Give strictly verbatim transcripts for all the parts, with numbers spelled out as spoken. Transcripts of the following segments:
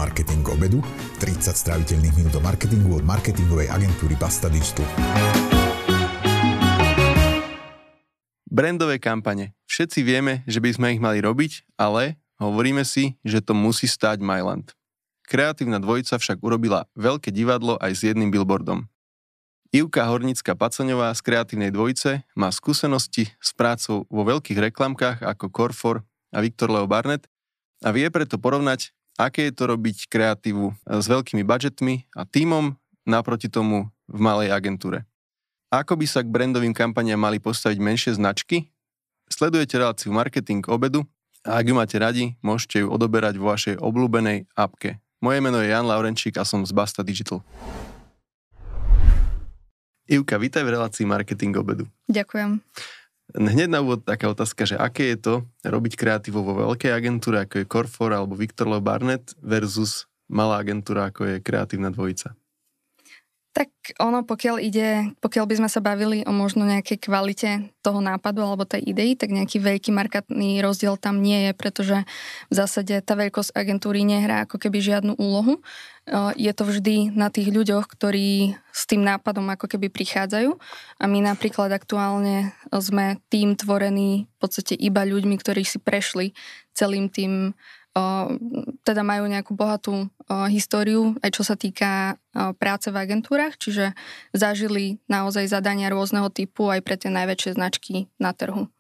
Marketing obedu, tridsať stráviteľných minút o marketingu od marketingovej agentúry Basta Digital. Brandové kampane. Všetci vieme, že by sme ich mali robiť, ale hovoríme si, že to musí stáť Myland. Kreatívna dvojica však urobila veľké divadlo aj s jedným billboardom. Ivka Hornická-Pacoňová z Kreatívnej dvojice má skúsenosti s prácou vo veľkých reklamkách ako Carrefour a Viktor Leo Barnett a vie preto porovnať, aké je to robiť kreatívu s veľkými budžetmi a tímom naproti tomu v malej agentúre. Ako by sa k brandovým kampaniám mali postaviť menšie značky? Sledujete reláciu Marketing obedu a ak ju máte radi, môžete ju odoberať vo vašej obľúbenej appke. Moje meno je Jan Laurenčík a som z Basta Digital. Ivka, vítaj v relácii Marketing obedu. Ďakujem. Hneď na úvod taká otázka, že aké je to robiť kreatívu vo veľkej agentúre, ako je Carrefour alebo Viktor Leo Barnett versus malá agentúra, ako je Kreatívna dvojica? Tak ono, pokiaľ ide, pokiaľ by sme sa bavili o možno nejakej kvalite toho nápadu alebo tej idei, tak nejaký veľký markantný rozdiel tam nie je, pretože v zásade tá veľkosť agentúry nehrá ako keby žiadnu úlohu. Je to vždy na tých ľuďoch, ktorí s tým nápadom ako keby prichádzajú a my napríklad aktuálne sme tým tvorený v podstate iba ľuďmi, ktorí si prešli celým tým, teda majú nejakú bohatú históriu, aj čo sa týka práce v agentúrach, čiže zažili naozaj zadania rôzneho typu aj pre tie najväčšie značky na trhu.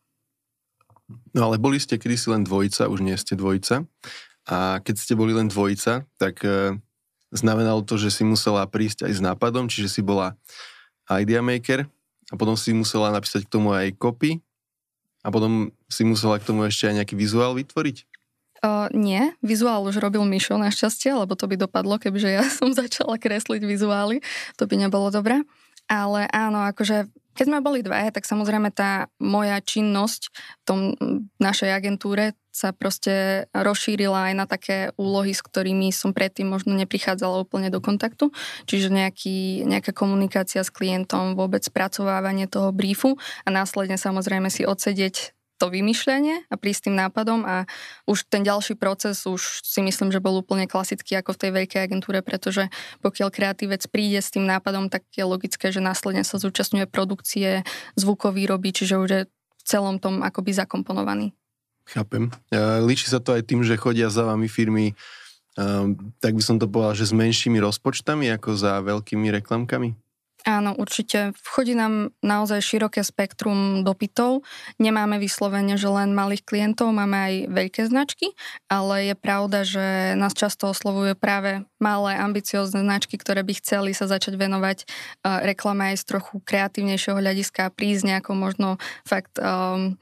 No ale boli ste kedysi len dvojica, už nie ste dvojica. A keď ste boli len dvojica, tak znamenalo to, že si musela prísť aj s nápadom, čiže si bola idea maker a potom si musela napísať k tomu aj copy a potom si musela k tomu ešte aj nejaký vizuál vytvoriť? Uh, nie, vizuál už robil Mišo našťastie, lebo to by dopadlo, kebyže ja som začala kresliť vizuály, to by nebolo dobré. Ale áno, akože keď sme boli dvaja, tak samozrejme tá moja činnosť v tom našej agentúre sa proste rozšírila aj na také úlohy, s ktorými som predtým možno neprichádzala úplne do kontaktu. Čiže nejaký, nejaká komunikácia s klientom, vôbec spracovávanie toho briefu a následne samozrejme si odsedieť to vymýšľanie a prísť tým nápadom a už ten ďalší proces už si myslím, že bol úplne klasický ako v tej veľkej agentúre, pretože pokiaľ kreatívec príde s tým nápadom, tak je logické, že následne sa zúčastňuje produkcie, zvukovýroby, čiže už je v celom tom akoby zakomponovaný. Chápem. Líči sa to aj tým, že chodia za vami firmy, tak by som to povedal, že s menšími rozpočtami ako za veľkými reklamkami? Áno, určite. Vchodí nám naozaj široké spektrum dopytov. Nemáme vyslovene, že len malých klientov, máme aj veľké značky, ale je pravda, že nás často oslovujú práve malé, ambiciózne značky, ktoré by chceli sa začať venovať uh, reklame aj z trochu kreatívnejšieho hľadiska a prísť nejakou možno fakt um,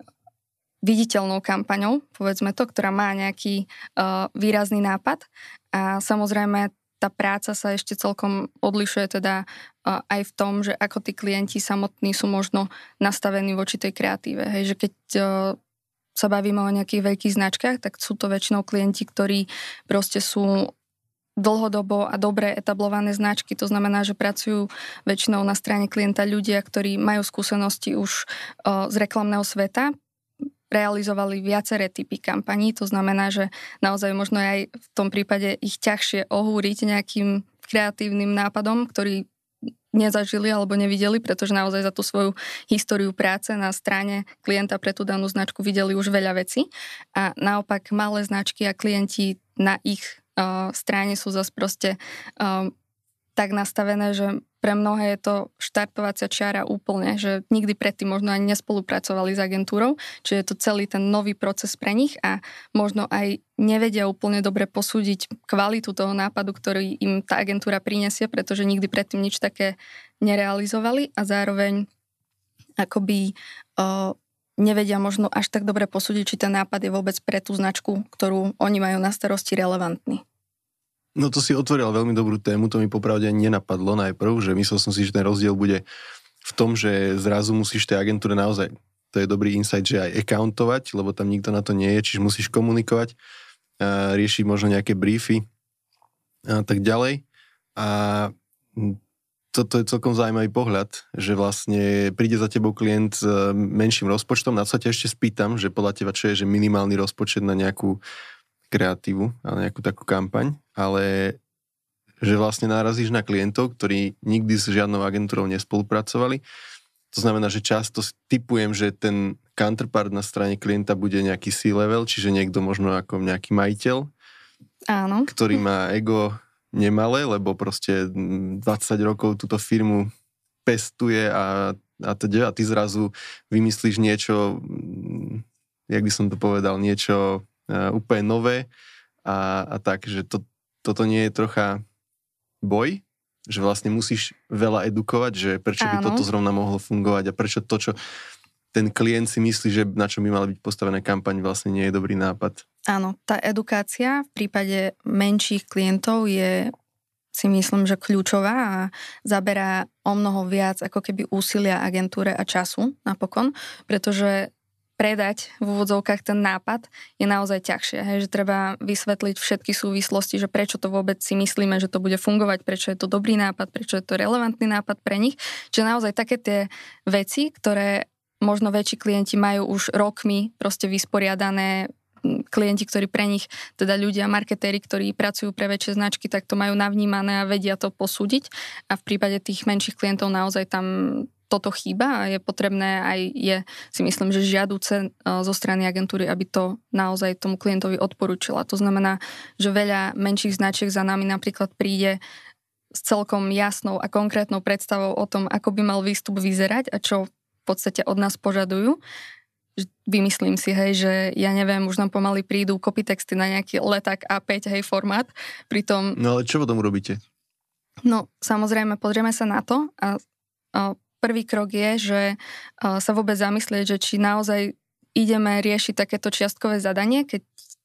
viditeľnou kampaňou, povedzme to, ktorá má nejaký uh, výrazný nápad a samozrejme tá práca sa ešte celkom odlišuje teda uh, aj v tom, že ako tí klienti samotní sú možno nastavení voči tej kreatíve. Hej, že keď uh, sa bavíme o nejakých veľkých značkách, tak sú to väčšinou klienti, ktorí proste sú dlhodobo a dobre etablované značky. To znamená, že pracujú väčšinou na strane klienta ľudia, ktorí majú skúsenosti už uh, z reklamného sveta, realizovali viaceré typy kampaní, to znamená, že naozaj možno aj v tom prípade ich ťažšie ohúriť nejakým kreatívnym nápadom, ktorý nezažili alebo nevideli, pretože naozaj za tú svoju históriu práce na strane klienta pre tú danú značku videli už veľa vecí a naopak malé značky a klienti na ich uh, strane sú zase proste uh, tak nastavené, že pre mnohé je to štartovacia čiara úplne, že nikdy predtým možno ani nespolupracovali s agentúrou, čiže je to celý ten nový proces pre nich a možno aj nevedia úplne dobre posúdiť kvalitu toho nápadu, ktorý im tá agentúra prinesie, pretože nikdy predtým nič také nerealizovali a zároveň akoby uh, nevedia možno až tak dobre posúdiť, či ten nápad je vôbec pre tú značku, ktorú oni majú na starosti, relevantný. No to si otvoril veľmi dobrú tému, to mi popravde nenapadlo najprv, že myslel som si, že ten rozdiel bude v tom, že zrazu musíš tej agentúre naozaj, to je dobrý insight, že aj accountovať, lebo tam nikto na to nie je, čiže musíš komunikovať, a riešiť možno nejaké briefy a tak ďalej. A toto je celkom zaujímavý pohľad, že vlastne príde za tebou klient s menším rozpočtom, na co sa ťa ešte spýtam, že podľa teba čo je, že minimálny rozpočet na nejakú kreatívu, ale nejakú takú kampaň. ale že vlastne narazíš na klientov, ktorí nikdy s žiadnou agentúrou nespolupracovali. To znamená, že často typujem, že ten counterpart na strane klienta bude nejaký C-level, čiže niekto možno ako nejaký majiteľ, Áno. ktorý má ego nemalé, lebo proste dvadsať rokov túto firmu pestuje a, a, teda, a ty zrazu vymyslíš niečo, jak by som to povedal, niečo uh, úplne nové a, a tak, že to, toto nie je trocha boj, že vlastne musíš veľa edukovať, že prečo by Áno. toto zrovna mohlo fungovať a prečo to, čo ten klient si myslí, že na čo by mala byť postavená kampaň, vlastne nie je dobrý nápad. Áno, tá edukácia v prípade menších klientov je, si myslím, že kľúčová a zaberá o mnoho viac ako keby úsilia agentúre a času napokon, pretože predať v úvodzovkách ten nápad je naozaj ťažšie. Hej, že treba vysvetliť všetky súvislosti, že prečo to vôbec si myslíme, že to bude fungovať, prečo je to dobrý nápad, prečo je to relevantný nápad pre nich. Čiže naozaj také tie veci, ktoré možno väčší klienti majú už rokmi proste vysporiadané, klienti, ktorí pre nich, teda ľudia, marketéri, ktorí pracujú pre väčšie značky, tak to majú navnímané a vedia to posúdiť. A v prípade tých menších klientov naozaj tam toto chýba a je potrebné aj je, si myslím, že žiaduce zo strany agentúry, aby to naozaj tomu klientovi odporúčila. To znamená, že veľa menších značiek za nami napríklad príde s celkom jasnou a konkrétnou predstavou o tom, ako by mal výstup vyzerať a čo v podstate od nás požadujú. Vymyslím si, hej, že ja neviem, už nám pomaly prídu copytexty na nejaký leták á päť, hej, formát. Pritom... No ale čo potom urobíte? No, samozrejme, pozrieme sa na to a, a prvý krok je, že sa vôbec zamyslieť, že či naozaj ideme riešiť takéto čiastkové zadanie, keď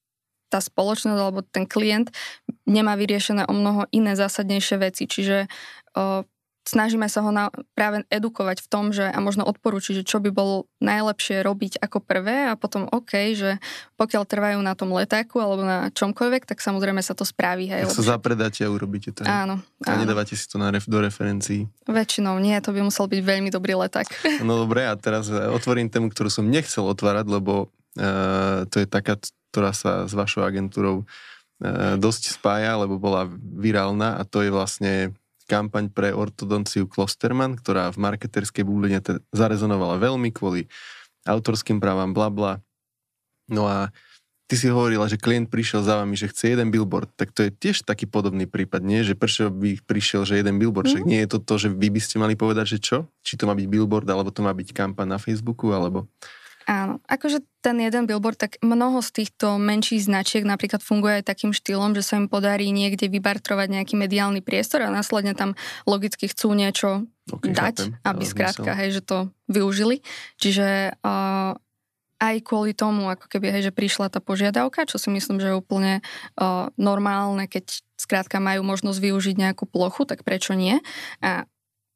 tá spoločnosť alebo ten klient nemá vyriešené o mnoho iné zásadnejšie veci. Čiže o, snažíme sa ho na, práve edukovať v tom, že a možno odporučiť, že čo by bolo najlepšie robiť ako prvé a potom OK, že pokiaľ trvajú na tom letáku alebo na čomkoľvek, tak samozrejme sa to spraví. Hej, tak sa zapredáte a urobíte to. Áno. A áno. Nedávate si to na ref, do referencií. Väčšinou nie, to by musel byť veľmi dobrý leták. No dobre, a teraz otvorím tému, ktorú som nechcel otvárať, lebo uh, to je taká, ktorá sa s vašou agentúrou uh, dosť spája, lebo bola virálna a to je vlastne kampaň pre ortodonciu Klosterman, ktorá v marketerskej bubline te- zarezonovala veľmi kvôli autorským právam, blabla. No a ty si hovorila, že klient prišiel za vami, že chce jeden billboard, tak to je tiež taký podobný prípad, nie? Že prečo by prišiel, že jeden billboard? Však nie je to to, že vy by ste mali povedať, že čo? Či to má byť billboard, alebo to má byť kampaň na Facebooku, alebo... Áno, akože ten jeden billboard, tak mnoho z týchto menších značiek napríklad funguje aj takým štýlom, že sa im podarí niekde vybartrovať nejaký mediálny priestor a následne tam logicky chcú niečo okay, dať, chápem, aby skrátka, hej, že to využili. Čiže uh, aj kvôli tomu, ako keby, hej, že prišla tá požiadavka, čo si myslím, že je úplne uh, normálne, keď skrátka majú možnosť využiť nejakú plochu, tak prečo nie? A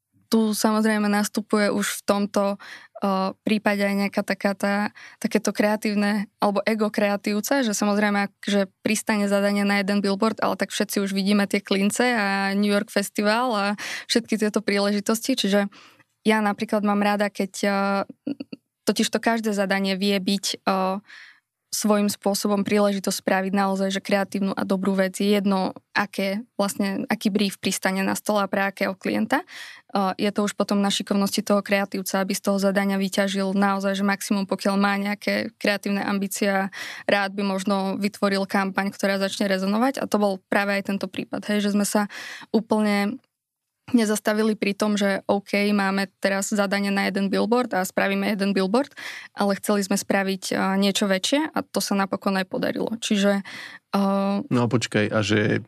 tu samozrejme nastupuje už v tomto uh, prípade aj nejaká taká tá, takéto kreatívne alebo ego kreatívca, že samozrejme, že pristane zadanie na jeden billboard, ale tak všetci už vidíme tie klince a New York Festival a všetky tieto príležitosti, čiže ja napríklad mám rada, keď uh, totiž to každé zadanie vie byť uh, svojím spôsobom príležitosť spraviť naozaj, že kreatívnu a dobrú vec. Je jedno, aké, vlastne, aký brief pristane na stole a pre akého klienta. Uh, je to už potom na šikovnosti toho kreatívca, aby z toho zadania vyťažil naozaj, že maximum, pokiaľ má nejaké kreatívne ambície, rád by možno vytvoril kampaň, ktorá začne rezonovať. A to bol práve aj tento prípad, hej, že sme sa úplne nezastavili pri tom, že OK, máme teraz zadanie na jeden billboard a spravíme jeden billboard, ale chceli sme spraviť uh, niečo väčšie a to sa napokon aj podarilo. Čiže... Uh... No a počkaj, a že,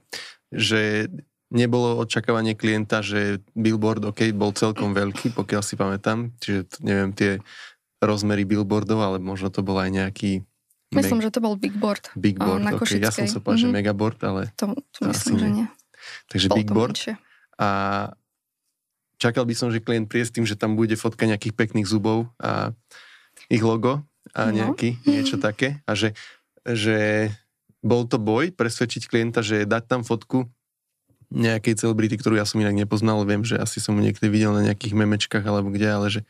že nebolo očakávanie klienta, že billboard, OK, bol celkom veľký, pokiaľ si pamätám, čiže neviem tie rozmery billboardov, ale možno to bol aj nejaký... Myslím, meg... že to bol big board. Big board, uh, na OK. Ja som sa povedal, mm-hmm. že megaboard, ale... To, to myslím, že nie. Takže bol big board. Menšie. A čakal by som, že klient príde s tým, že tam bude fotka nejakých pekných zubov a ich logo a nejaký, no. niečo také. A že, že bol to boj presvedčiť klienta, že dať tam fotku nejakej celebrity, ktorú ja som inak nepoznal, viem, že asi som mu niekde videl na nejakých memečkách alebo kde, ale že,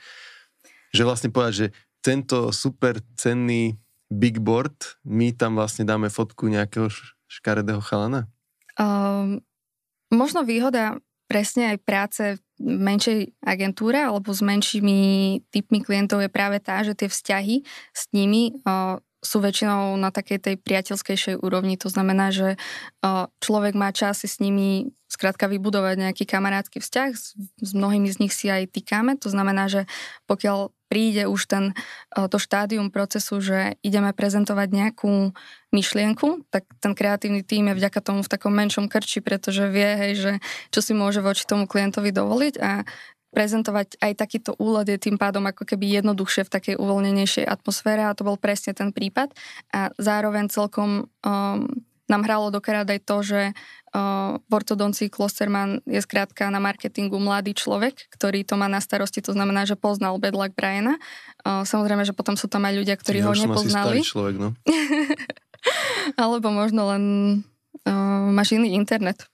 že vlastne povedať, že tento super cenný big board, my tam vlastne dáme fotku nejakého škaredého chalana. Um, možno výhoda presne aj práce v menšej agentúre alebo s menšími typmi klientov je práve tá, že tie vzťahy s nimi uh, sú väčšinou na takej tej priateľskejšej úrovni. To znamená, že uh, človek má čas si s nimi skrátka vybudovať nejaký kamarátsky vzťah. S, s mnohými z nich si aj týkame. To znamená, že pokiaľ príde už ten, uh, to štádium procesu, že ideme prezentovať nejakú myšlienku, tak ten kreatívny tím je vďaka tomu v takom menšom krči, pretože vie, hej, že čo si môže voči tomu klientovi dovoliť a prezentovať aj takýto úlet je tým pádom ako keby jednoduchšie v takej uvoľnenejšej atmosfére a to bol presne ten prípad. A zároveň celkom um, nám hralo dokrát aj to, že uh, v ortodoncii Klosterman je skrátka na marketingu mladý človek, ktorý to má na starosti, to znamená, že poznal Bad Luck Briana. Uh, samozrejme, že potom sú tam aj ľudia, ktorí ja ho nepoznali. Asi starý človek, no. Alebo možno len uh, máš iný internet.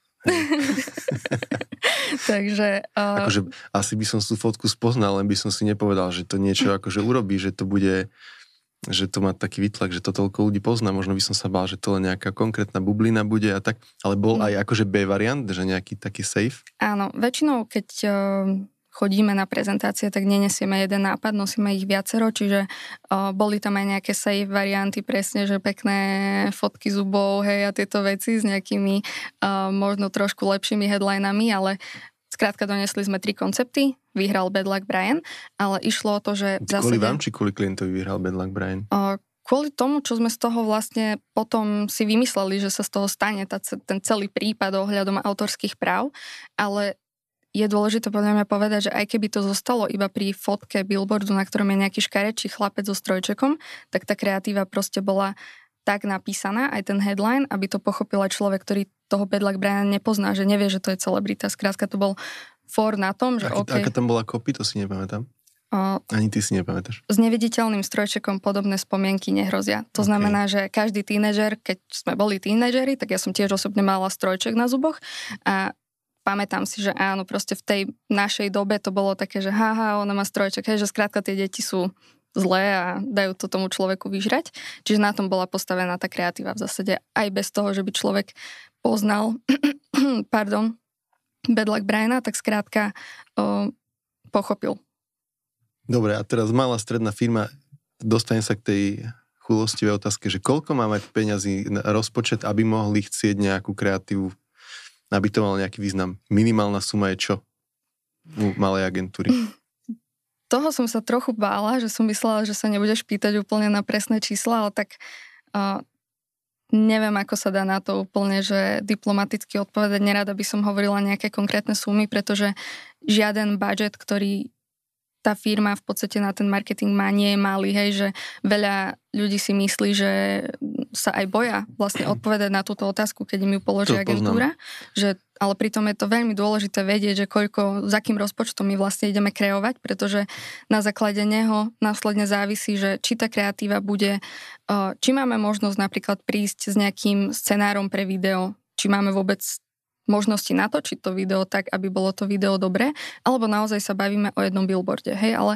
Takže... Uh... Akože asi by som tú fotku spoznal, len by som si nepovedal, že to niečo akože urobí, že to bude, že to má taký výtlak, že to toľko ľudí pozná. Možno by som sa bál, že to len nejaká konkrétna bublina bude a tak. Ale bol mm. aj akože B variant, že nejaký taký safe? Áno, väčšinou keď uh, chodíme na prezentácie, tak nenesieme jeden nápad, nosíme ich viacero, čiže uh, boli tam aj nejaké safe varianty, presne, že pekné fotky zubov, hej, a tieto veci s nejakými uh, možno trošku lepšími headlinami, ale skrátka donesli sme tri koncepty, vyhral Bad Luck Brian, ale išlo o to, že v zásade... Kvôli vám, či kvôli klientovi vyhral Bad Luck Brian? Uh, kvôli tomu, čo sme z toho vlastne potom si vymysleli, že sa z toho stane tá, ten celý prípad ohľadom autorských práv, ale je dôležité podľa mňa povedať, že aj keby to zostalo iba pri fotke billboardu, na ktorom je nejaký škarečí chlapec so strojčekom, tak tá kreatíva proste bola tak napísaná, aj ten headline, aby to pochopil aj človek, ktorý toho Bad Luck Briana nepozná, že nevie, že to je celebrita. Skrátka to bol for na tom, že Aký, okay, aká tam bola copy, to si nepamätám. Uh, Ani ty si nepamätáš. S neviditeľným strojčekom podobné spomienky nehrozia. To okay. znamená, že každý tínežer, keď sme boli tínežeri, tak ja som tiež osobne mala strojček na zuboch a pamätám si, že áno, proste v tej našej dobe to bolo také, že haha, ona má strojček, hej, že skrátka tie deti sú zlé a dajú to tomu človeku vyžrať. Čiže na tom bola postavená tá kreatíva v zásade aj bez toho, že by človek poznal pardon, Bad Luck Briana, tak skrátka o, pochopil. Dobre, a teraz malá stredná firma, dostanem sa k tej chulostivej otázke, že koľko má mať peňazí na rozpočet, aby mohli chcieť nejakú kreatívu, aby to mal nejaký význam. Minimálna suma je čo u malej agentúry? Toho som sa trochu bála, že som myslela, že sa nebudeš pýtať úplne na presné čísla, ale tak uh, neviem, ako sa dá na to úplne, že diplomaticky odpovedať. Nerada by som hovorila nejaké konkrétne sumy, pretože žiaden budget, ktorý tá firma v podstate na ten marketing má, nie je malý, hej, že veľa ľudí si myslí, že sa aj boja vlastne odpovedať na túto otázku, keď im ju položí to agentúra, že, ale pritom je to veľmi dôležité vedieť, že koľko, za akým rozpočtom my vlastne ideme kreovať, pretože na základe neho následne závisí, že či tá kreatíva bude, či máme možnosť napríklad prísť s nejakým scenárom pre video, či máme vôbec možnosti natočiť to video tak, aby bolo to video dobré, alebo naozaj sa bavíme o jednom billboarde, hej, ale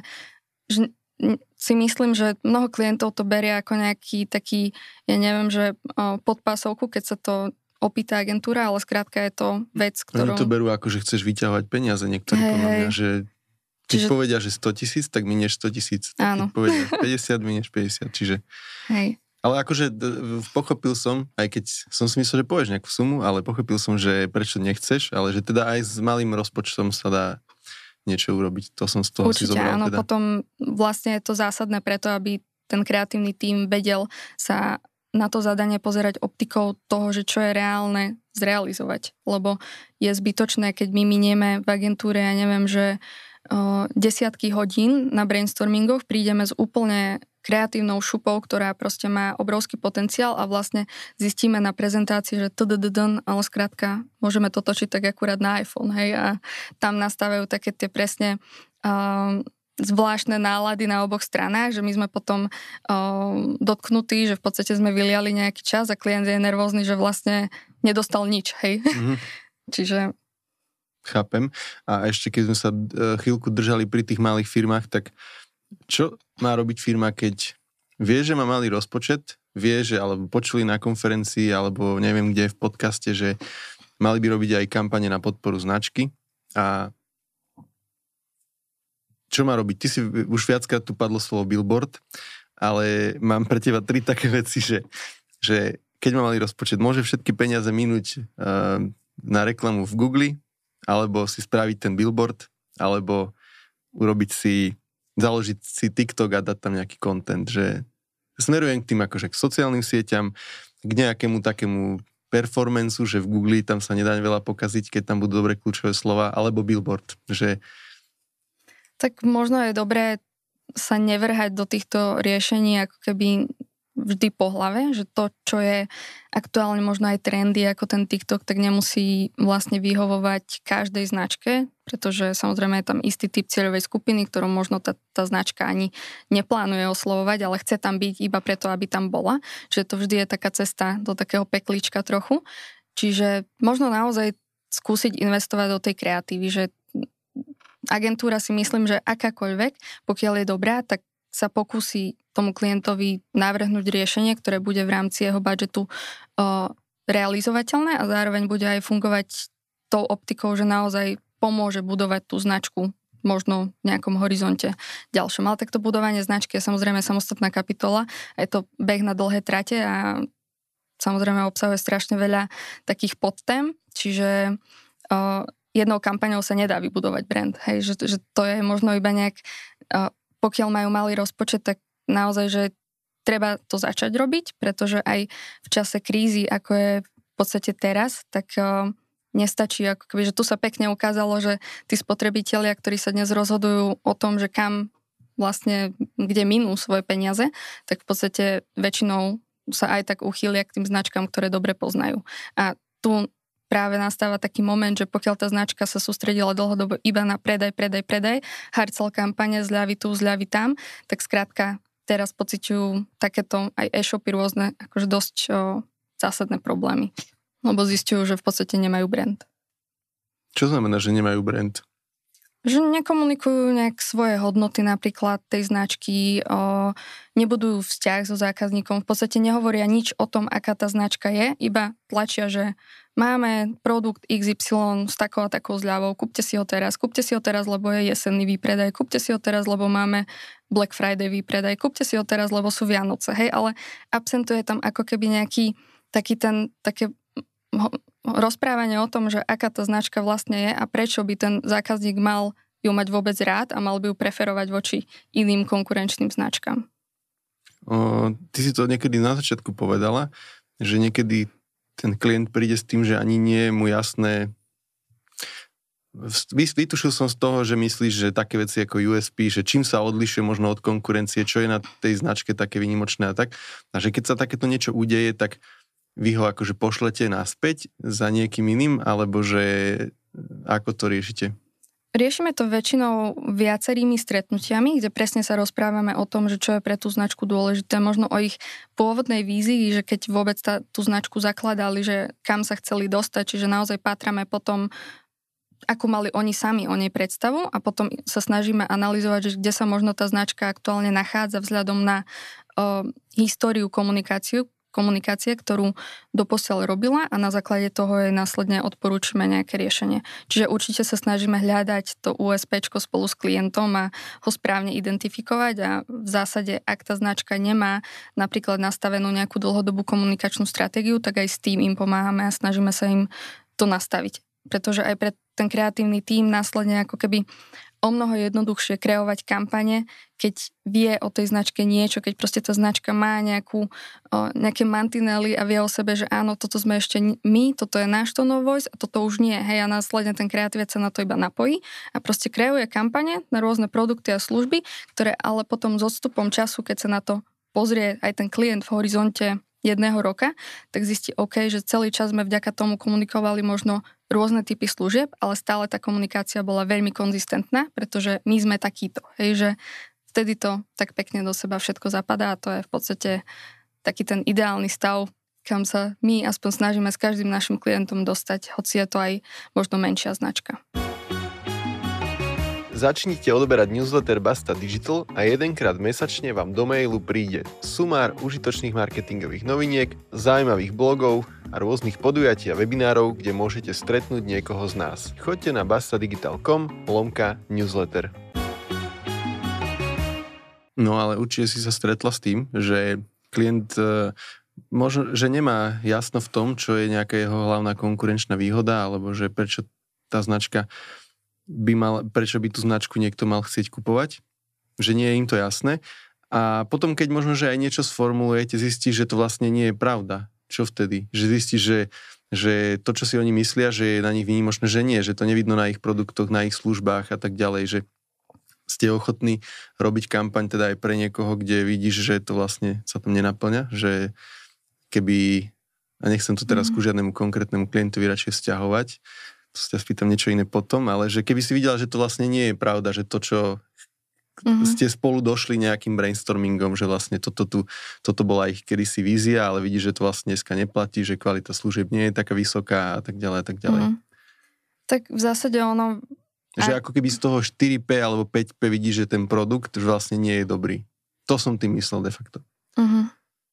že si myslím, že mnoho klientov to berie ako nejaký taký, ja neviem, že podpásovku, keď sa to opýta agentúra, ale skrátka je to vec, ktorú... Oni to berú ako, že chceš vyťahovať peniaze, niektorí hey, podľa mňa, že keď čiže... povedia, že sto tisíc, tak minieš sto tisíc. Áno. Keď povedia päťdesiat, minieš päťdesiat, čiže... Hej. Ale akože pochopil som, aj keď som si myslel, že povieš nejakú sumu, ale pochopil som, že prečo nechceš, ale že teda aj s malým rozpočtom sa dá niečo urobiť. To som z toho Určite, si zobral. Áno, teda. potom vlastne je to zásadné preto, aby ten kreatívny tím vedel sa na to zadanie pozerať optikou toho, že čo je reálne zrealizovať. Lebo je zbytočné, keď my minieme v agentúre, ja neviem, že o, desiatky hodín na brainstormingoch prídeme s úplne kreatívnou šupou, ktorá proste má obrovský potenciál a vlastne zistíme na prezentácii, že tdddd, ale skrátka môžeme to točiť tak akurát na iPhone, hej, a tam nastávajú také tie presne uh, zvláštne nálady na oboch stranách, že my sme potom uh, dotknutí, že v podstate sme vyliali nejaký čas a klient je nervózny, že vlastne nedostal nič, hej. Mm-hmm. Čiže... Chápem. A ešte keď sme sa uh, chvíľku držali pri tých malých firmách, tak čo má robiť firma, keď vie, že má malý rozpočet, vie, že alebo počuli na konferencii, alebo neviem kde v podcaste, že mali by robiť aj kampane na podporu značky. A čo má robiť? Ty si už viackrát tu padlo slovo billboard, ale mám pre teba tri také veci, že, že keď má malý rozpočet, môže všetky peniaze minúť uh, na reklamu v Google, alebo si spraviť ten billboard, alebo urobiť si, založiť si TikTok a dať tam nejaký content, že smerujem k tým akože k sociálnym sieťam, k nejakému takému performanceu, že v Google tam sa nedá veľa pokaziť, keď tam budú dobré kľúčové slova, alebo billboard, že... Tak možno je dobré sa nevrhať do týchto riešení ako keby vždy po hlave, že to, čo je aktuálne možno aj trendy ako ten TikTok, tak nemusí vlastne vyhovovať každej značke, pretože samozrejme je tam istý typ cieľovej skupiny, ktorú možno tá, tá značka ani neplánuje oslovovať, ale chce tam byť iba preto, aby tam bola. Čiže to vždy je taká cesta do takého peklíčka trochu. Čiže možno naozaj skúsiť investovať do tej kreatívy, že agentúra si myslím, že akákoľvek, pokiaľ je dobrá, tak sa pokúsi tomu klientovi navrhnúť riešenie, ktoré bude v rámci jeho budžetu uh, realizovateľné a zároveň bude aj fungovať tou optikou, že naozaj pomôže budovať tú značku možno v nejakom horizonte ďalšom. Ale takto budovanie značky je samozrejme samostatná kapitola. Je to beh na dlhé trate a samozrejme obsahuje strašne veľa takých podtém, čiže uh, jednou kampaňou sa nedá vybudovať brand. Hej, že, že to je možno iba nejak... Uh, pokiaľ majú malý rozpočet, tak naozaj, že treba to začať robiť, pretože aj v čase krízy, ako je v podstate teraz, tak uh, nestačí, ako keby, že tu sa pekne ukázalo, že tí spotrebitelia, ktorí sa dnes rozhodujú o tom, že kam vlastne, kde minú svoje peniaze, tak v podstate väčšinou sa aj tak uchýlia k tým značkám, ktoré dobre poznajú. A tu práve nastáva taký moment, že pokiaľ tá značka sa sústredila dlhodobo iba na predaj, predaj, predaj, hard sell kampane, zľavy tu, zľavy tam, tak skrátka teraz pociťujú takéto aj e-shopy rôzne, akože dosť o, zásadné problémy. Lebo zistujú, že v podstate nemajú brand. Čo znamená, že nemajú brand? Že nekomunikujú nejak svoje hodnoty napríklad tej značky, o, nebudujú vzťah so zákazníkom, v podstate nehovoria nič o tom, aká tá značka je, iba tlačia, že máme produkt iks ypsilon s takou a takou zľavou, kúpte si ho teraz, kúpte si ho teraz, lebo je jesenný výpredaj, kúpte si ho teraz, lebo máme Black Friday výpredaj, kúpte si ho teraz, lebo sú Vianoce, hej, ale absentuje tam ako keby nejaký taký ten, také rozprávanie o tom, že aká tá značka vlastne je a prečo by ten zákazník mal ju mať vôbec rád a mal by ju preferovať voči iným konkurenčným značkám. O, ty si to niekedy na začiatku povedala, že niekedy ten klient príde s tým, že ani nie je mu jasné. Vytušil som z toho, že myslíš, že také veci ako ú es pé, že čím sa odlišuje možno od konkurencie, čo je na tej značke také výnimočné a tak. A že keď sa takéto niečo udeje, tak vy ho akože pošlete naspäť za niekým iným, alebo že ako to riešite? Riešime to väčšinou viacerými stretnutiami, kde presne sa rozprávame o tom, že čo je pre tú značku dôležité, možno o ich pôvodnej vízii, že keď vôbec tá, tú značku zakladali, že kam sa chceli dostať, čiže naozaj pátrame potom, ako mali oni sami o nej predstavu a potom sa snažíme analyzovať, že kde sa možno tá značka aktuálne nachádza vzhľadom na uh, históriu komunikáciu, komunikácie, ktorú doposiaľ robila a na základe toho jej následne odporúčime nejaké riešenie. Čiže určite sa snažíme hľadať to USPčko spolu s klientom a ho správne identifikovať a v zásade, ak tá značka nemá napríklad nastavenú nejakú dlhodobú komunikačnú stratégiu, tak aj s tým im pomáhame a snažíme sa im to nastaviť. Pretože aj pre ten kreatívny tím následne ako keby o mnoho jednoduchšie kreovať kampane, keď vie o tej značke niečo, keď proste tá značka má nejakú, o, nejaké mantinely a vie o sebe, že áno, toto sme ešte my, toto je náš tone of voice a toto už nie. Hej, a následne ten kreatívec sa na to iba napojí a proste kreuje kampane na rôzne produkty a služby, ktoré ale potom s odstupom času, keď sa na to pozrie aj ten klient v horizonte jedného roka, tak zistí, OK, že celý čas sme vďaka tomu komunikovali možno rôzne typy služieb, ale stále tá komunikácia bola veľmi konzistentná, pretože my sme takíto. Hej, že vtedy to tak pekne do seba všetko zapadá a to je v podstate taký ten ideálny stav, kam sa my aspoň snažíme s každým našim klientom dostať, hoci je to aj možno menšia značka. Začnite odoberať newsletter Basta Digital a jedenkrát mesačne vám do mailu príde sumár užitočných marketingových noviniek, zaujímavých blogov a rôznych podujatí a webinárov, kde môžete stretnúť niekoho z nás. Choďte na bastadigital bodka com lomka newsletter. No ale určite si sa stretla s tým, že klient možno, že nemá jasno v tom, čo je nejaká jeho hlavná konkurenčná výhoda, alebo že prečo tá značka by mal, prečo by tú značku niekto mal chcieť kupovať, že nie je im to jasné. A potom, keď možno, že aj niečo sformulujete, zistíš, že to vlastne nie je pravda. Čo vtedy? Že zistíš, že, že to, čo si oni myslia, že je na nich výnimočné, že nie, že to nevidno na ich produktoch, na ich službách a tak ďalej, že ste ochotní robiť kampaň teda aj pre niekoho, kde vidíš, že to vlastne sa tam nenaplňa, že keby, a nechcem to teraz mm. ku žiadnemu konkrétnemu klientovi radšej vzťahovať, to sa spýtam niečo iné potom, ale že keby si videla, že to vlastne nie je pravda, že to, čo mm-hmm. ste spolu došli nejakým brainstormingom, že vlastne toto, tu, toto bola ich kedysi vízia, ale vidíš, že to vlastne dneska neplatí, že kvalita služieb nie je taká vysoká a tak ďalej a tak ďalej. Mm. Tak v zásade ono... Že ako keby z toho štyri pé alebo päť pé vidíš, že ten produkt že vlastne nie je dobrý. To som tým myslel de facto. Mm-hmm.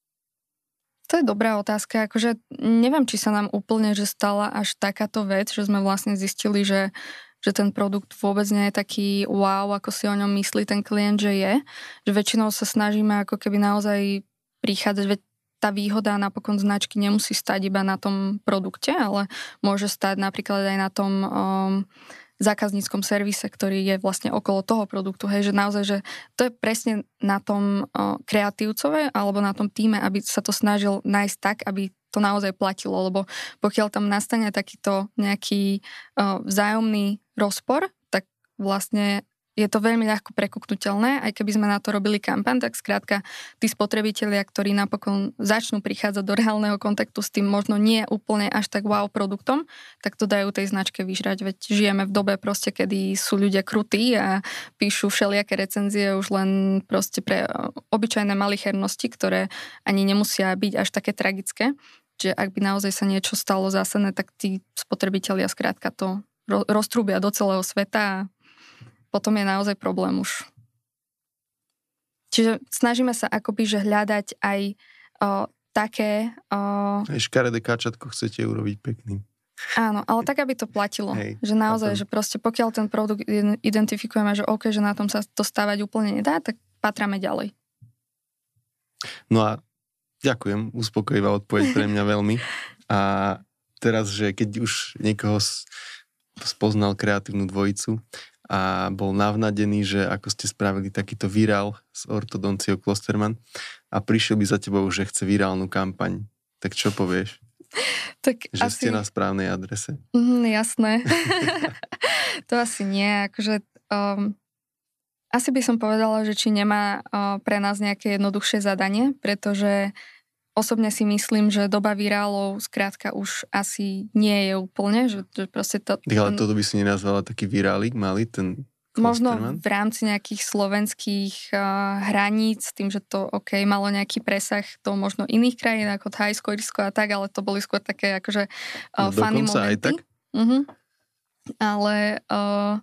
To je dobrá otázka. Akože neviem, či sa nám úplne že stala až takáto vec, že sme vlastne zistili, že že ten produkt vôbec nie je taký wow, ako si o ňom myslí ten klient, že je. Že väčšinou sa snažíme ako keby naozaj prichádzať, veď tá výhoda napokon značky nemusí stať iba na tom produkte, ale môže stať napríklad aj na tom um, zákazníckom servise, ktorý je vlastne okolo toho produktu. Hej, že naozaj, že to je presne na tom uh, kreatívcove alebo na tom týme, aby sa to snažil nájsť tak, aby to naozaj platilo, lebo pokiaľ tam nastane takýto nejaký uh, vzájomný rozpor, tak vlastne je to veľmi ľahko prekuknutelné, aj keby sme na to robili kampaň, tak skrátka tí spotrebitelia, ktorí napokon začnú prichádzať do reálneho kontaktu s tým možno nie úplne až tak wow produktom, tak to dajú tej značke vyžrať, veď žijeme v dobe proste, kedy sú ľudia krutí a píšu všelijaké recenzie už len proste pre obyčajné malichernosti, ktoré ani nemusia byť až také tragické, že ak by naozaj sa niečo stalo zásadné, tak tí spotrebitelia skrátka to roztrúbia do celého sveta a potom je naozaj problém už. Čiže snažíme sa akoby, že hľadať aj o, také... O... Aj škaredé káčatko chcete urobiť pekným. Áno, ale tak, aby to platilo. Hej, že naozaj, že proste pokiaľ ten produkt identifikujeme, že OK, že na tom sa to stavať úplne nedá, tak patráme ďalej. No a ďakujem, uspokojivá odpoveď pre mňa veľmi. A teraz, že keď už niekoho spoznal kreatívnu dvojicu a bol navnadený, že ako ste spravili takýto virál s ortodonciou Klosterman a prišiel by za tebou, že chce virálnu kampaň, tak čo povieš? Tak že asi... ste na správnej adrese. Mm, jasné. To asi nie. Akože, um, asi by som povedala, že či nemá uh, pre nás nejaké jednoduchšie zadanie, pretože osobne si myslím, že doba virálov skrátka už asi nie je úplne, že, že proste to... Ale toto by si nenazvala taký virálik malý, ten možno Klosterman? v rámci nejakých slovenských uh, hraníc, tým, že to OK, malo nejaký presah do možno iných krajín, ako Thajsko, Irsko a tak, ale to boli skôr také akože uh, no, funny momenty. Aj tak? Uh-huh. Ale uh,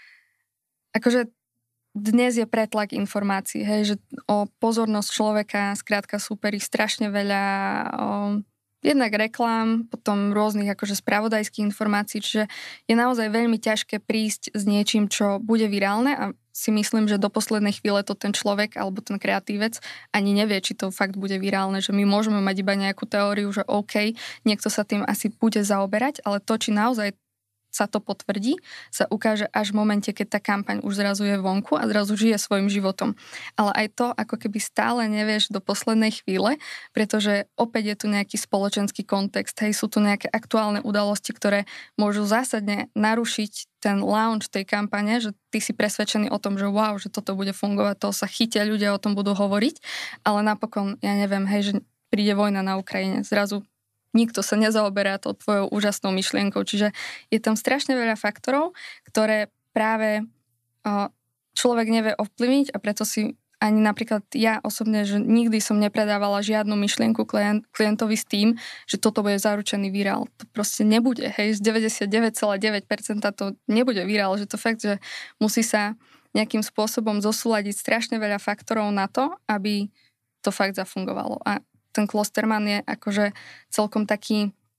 akože dnes je pretlak informácií, hej, že o pozornosť človeka skrátka súperí strašne veľa o, jednak reklám, potom rôznych akože spravodajských informácií, čiže je naozaj veľmi ťažké prísť s niečím, čo bude virálne a si myslím, že do poslednej chvíle to ten človek alebo ten kreatívec ani nevie, či to fakt bude virálne, že my môžeme mať iba nejakú teóriu, že OK, niekto sa tým asi bude zaoberať, ale to, či naozaj sa to potvrdí, sa ukáže až v momente, keď tá kampaň už zrazu je vonku a zrazu žije svojim životom. Ale aj to, ako keby stále nevieš do poslednej chvíle, pretože opäť je tu nejaký spoločenský kontext, hej, sú tu nejaké aktuálne udalosti, ktoré môžu zásadne narušiť ten launch tej kampane, že ty si presvedčený o tom, že wow, že toto bude fungovať, to sa chytia, ľudia o tom budú hovoriť, ale napokon, ja neviem, hej, že príde vojna na Ukrajine, zrazu nikto sa nezaoberá tou tvojou úžasnou myšlienkou. Čiže je tam strašne veľa faktorov, ktoré práve človek nevie ovplyvniť a preto si ani napríklad ja osobne, že nikdy som nepredávala žiadnu myšlienku klient, klientovi s tým, že toto bude zaručený virál. To proste nebude. Hej, z deväťdesiatdeväť celá deväť percent to nebude virál, že to fakt, že musí sa nejakým spôsobom zosúladiť strašne veľa faktorov na to, aby to fakt zafungovalo. A ten Klosterman je akože celkom taký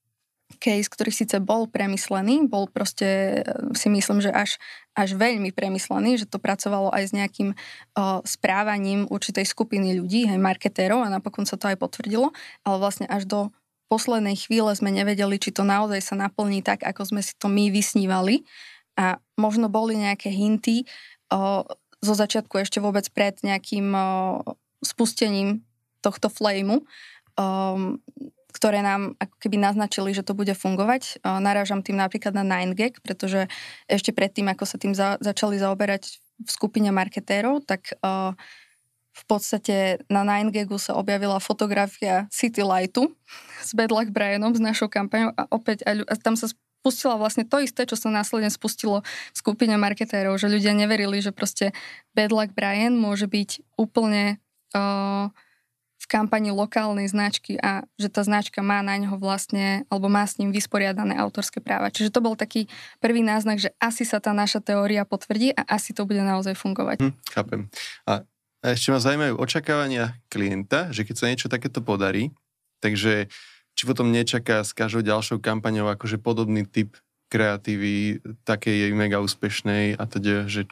case, ktorý síce bol premyslený, bol proste, si myslím, že až, až veľmi premyslený, že to pracovalo aj s nejakým uh, správaním určitej skupiny ľudí, aj marketérov, a napokon sa to aj potvrdilo, ale vlastne až do poslednej chvíle sme nevedeli, či to naozaj sa naplní tak, ako sme si to my vysnívali, a možno boli nejaké hinty uh, zo začiatku ešte vôbec pred nejakým uh, spustením tohto flameu, um, ktoré nám ako keby naznačili, že to bude fungovať. Narážam tým napríklad na nine gag, pretože ešte predtým, ako sa tým za, začali zaoberať v skupine marketérov, tak uh, v podstate na nine gagu sa objavila fotografia City Lightu s Bad Luck Brianom, s našou kampaňou, a opäť a tam sa spustila vlastne to isté, čo sa následne spustilo v skupine marketérov, že ľudia neverili, že proste Bad Luck Brian môže byť úplne Uh, v kampani lokálnej značky a že tá značka má na ňoho vlastne, alebo má s ním vysporiadané autorské práva. Čiže to bol taký prvý náznak, že asi sa tá naša teória potvrdí a asi to bude naozaj fungovať. Hm, chápem. A ešte ma zaujímajú očakávania klienta, že keď sa niečo takéto podarí, takže či potom nečaká s každou ďalšou kampaňou akože podobný typ kreatívy, takej jej mega úspešnej a teda, že...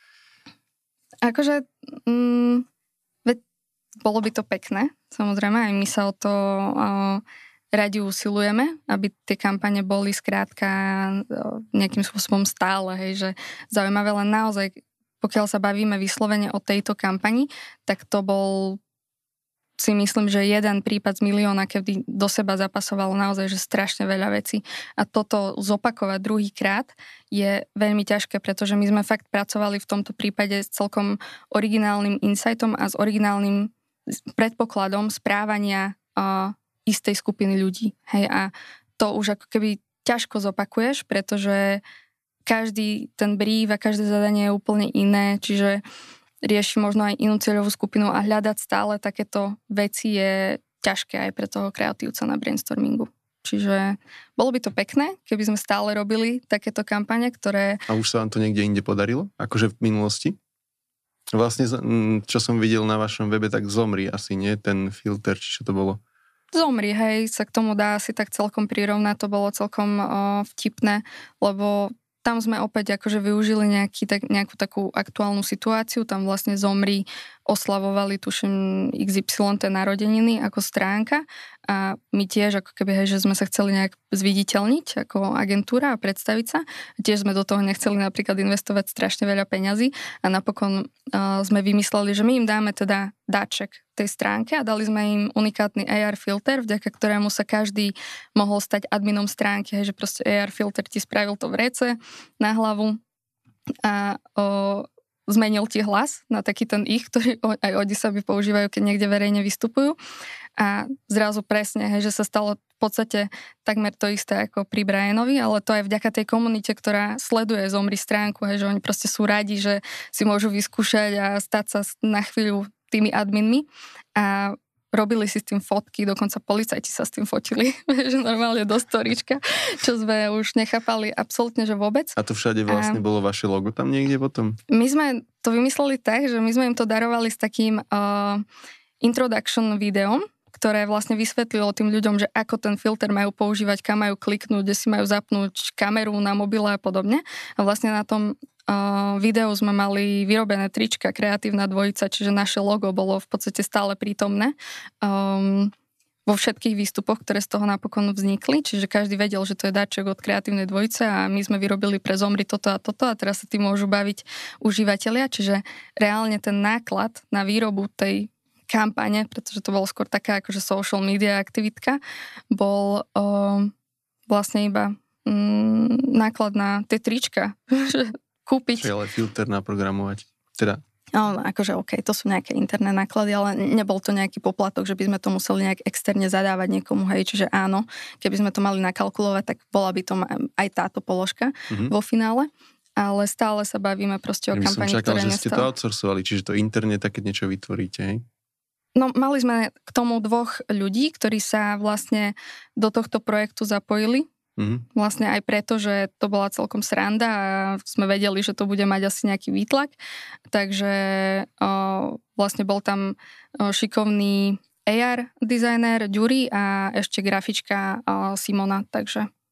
Akože... Mm, bolo by to pekné, samozrejme, aj my sa o to uh, radi usilujeme, aby tie kampane boli skrátka uh, nejakým spôsobom stále, hej, že zaujímavé, len naozaj, pokiaľ sa bavíme vyslovene o tejto kampani, tak to bol, si myslím, že jeden prípad z milióna, kedy do seba zapasovalo naozaj, že strašne veľa vecí. A toto zopakovať druhýkrát je veľmi ťažké, pretože my sme fakt pracovali v tomto prípade s celkom originálnym insightom a s originálnym predpokladom správania uh, istej skupiny ľudí. Hej, a to už ako keby ťažko zopakuješ, pretože každý ten brief a každé zadanie je úplne iné, čiže rieši možno aj inú cieľovú skupinu a hľadať stále takéto veci je ťažké aj pre toho kreatívca na brainstormingu. Čiže bolo by to pekné, keby sme stále robili takéto kampane, ktoré... A už sa vám to niekde inde podarilo? Akože v minulosti? Vlastne, čo som videl na vašom webe, tak Zomri asi, nie? Ten filter, či čo to bolo? Zomri, hej, sa k tomu dá asi tak celkom prirovnať, to bolo celkom o, vtipné, lebo tam sme opäť akože využili nejaký, tak, nejakú takú aktuálnu situáciu, tam vlastne Zomri oslavovali, tuším, iks ypsilon té narodeniny ako stránka a my tiež ako keby, hej, že sme sa chceli nejak zviditeľniť ako agentúra a predstaviť sa. Tiež sme do toho nechceli napríklad investovať strašne veľa peňazí a napokon uh, sme vymysleli, že my im dáme teda dáček tej stránke a dali sme im unikátny á er filter, vďaka ktorému sa každý mohol stať adminom stránky, hej, že proste á er filter ti spravil to vrece na hlavu a o, zmenil ti hlas na taký ten ich, ktorý aj oni sami používajú, keď niekde verejne vystupujú. A zrazu presne, hej, že sa stalo v podstate takmer to isté ako pri Brianovi, ale to aj vďaka tej komunite, ktorá sleduje Zomri stránku, hej, že oni proste sú radi, že si môžu vyskúšať a stať sa na chvíľu tými adminmi a robili si s tým fotky, dokonca policajti sa s tým fotili, že normálne do storička, čo sme už nechápali absolútne, že vôbec. A to všade vlastne a bolo vaše logo tam niekde potom? My sme to vymysleli tak, že my sme im to darovali s takým uh, introduction videom, ktoré vlastne vysvetlilo tým ľuďom, že ako ten filter majú používať, kam majú kliknúť, kde si majú zapnúť kameru na mobile a podobne. A vlastne na tom Uh, videu sme mali vyrobené trička Kreatívna dvojica, čiže naše logo bolo v podstate stále prítomné um, vo všetkých výstupoch, ktoré z toho napokon vznikli, čiže každý vedel, že to je dáček od Kreatívnej dvojice a my sme vyrobili pre Zomri toto a toto a teraz sa tým môžu baviť užívateľia, čiže reálne ten náklad na výrobu tej kampane, pretože to bolo skôr taká akože social media aktivitka, bol um, vlastne iba um, náklad na tie trička, kúpiť. Čiže ale filter naprogramovať. Teda. No, akože OK, to sú nejaké interné náklady, ale nebol to nejaký poplatok, že by sme to museli nejak externe zadávať niekomu, hej, čiže áno, keby sme to mali nakalkulovať, tak bola by to aj táto položka mm-hmm. vo finále, ale stále sa bavíme proste o ja kampani, čakal, ktoré nestále. Že ste to outsourcovali, čiže to interne také niečo vytvoríte, hej? No, mali sme k tomu dvoch ľudí, ktorí sa vlastne do tohto projektu zapojili. Mm-hmm. Vlastne aj preto, že to bola celkom sranda a sme vedeli, že to bude mať asi nejaký výtlak. Takže o, vlastne bol tam o, šikovný á er dizajner Ďuri a ešte grafička o, Simona. Takže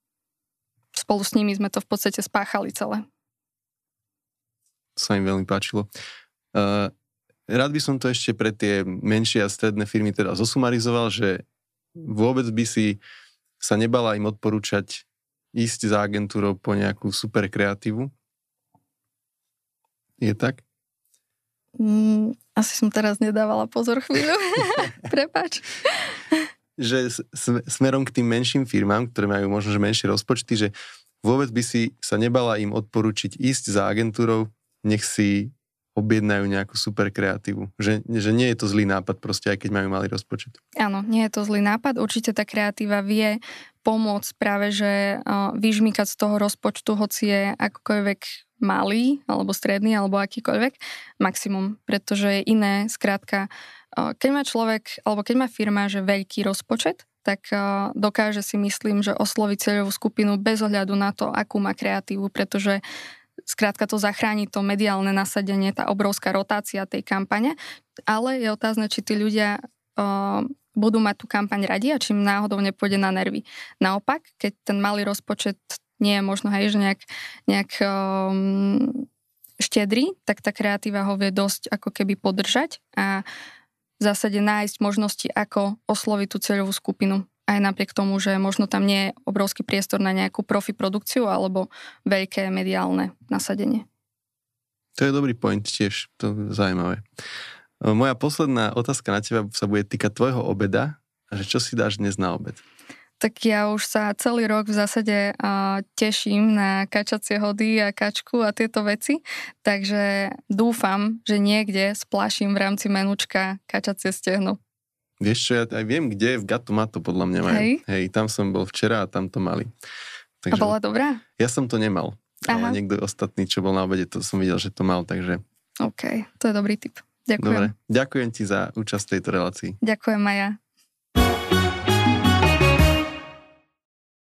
spolu s nimi sme to v podstate spáchali celé. To sa mi veľmi páčilo. Uh, rád by som to ešte pre tie menšie a stredné firmy teda zosumarizoval, že vôbec by si sa nebala im odporúčať ísť za agentúrou po nejakú super kreatívu. Je tak? Mm, asi som teraz nedávala pozor chvíľu. Prepáč. Že smerom k tým menším firmám, ktoré majú možno že menšie rozpočty, že vôbec by si sa nebala im odporúčiť ísť za agentúrou, nech si objednajú nejakú super kreatívu. Že, že nie je to zlý nápad proste, aj keď majú malý rozpočet. Áno, nie je to zlý nápad. Určite tá kreatíva vie pomôcť práve, že uh, vyžmýkať z toho rozpočtu, hoci je akokoľvek malý, alebo stredný, alebo akýkoľvek, maximum. Pretože je iné, skrátka, uh, keď má človek, alebo keď má firma, že veľký rozpočet, tak uh, dokáže si myslím, že osloviť cieľovú skupinu bez ohľadu na to, akú má kreatívu, pretože skrátka to zachráni to mediálne nasadenie, tá obrovská rotácia tej kampane, ale je otázne, či tí ľudia uh, budú mať tú kampaň radi a či im náhodou nepôjde na nervy. Naopak, keď ten malý rozpočet nie je možno, hej, že nejak, nejak um, štedrý, tak tá kreatíva ho vie dosť ako keby podržať a v zásade nájsť možnosti, ako osloviť tú cieľovú skupinu. Aj napriek tomu, že možno tam nie je obrovský priestor na nejakú profi produkciu alebo veľké mediálne nasadenie. To je dobrý point tiež, to je zaujímavé. Moja posledná otázka na teba sa bude týkať tvojho obeda, že čo si dáš dnes na obed? Tak ja už sa celý rok v zásade uh, teším na kačacie hody a kačku a tieto veci, takže dúfam, že niekde splášim v rámci menučka kačacie stehno. Vieš čo, ja aj viem, kde je v Gatomato, podľa mňa majú. Hej. Hej, tam som bol včera a tam to mali. Takže, a bola dobrá? Ja som to nemal, ale Aha. niekto ostatný, čo bol na obede, to som videl, že to mal, takže... OK, to je dobrý tip. Ďakujem. Dobre, ďakujem ti za účasť v tejto relácii. Ďakujem, Maja.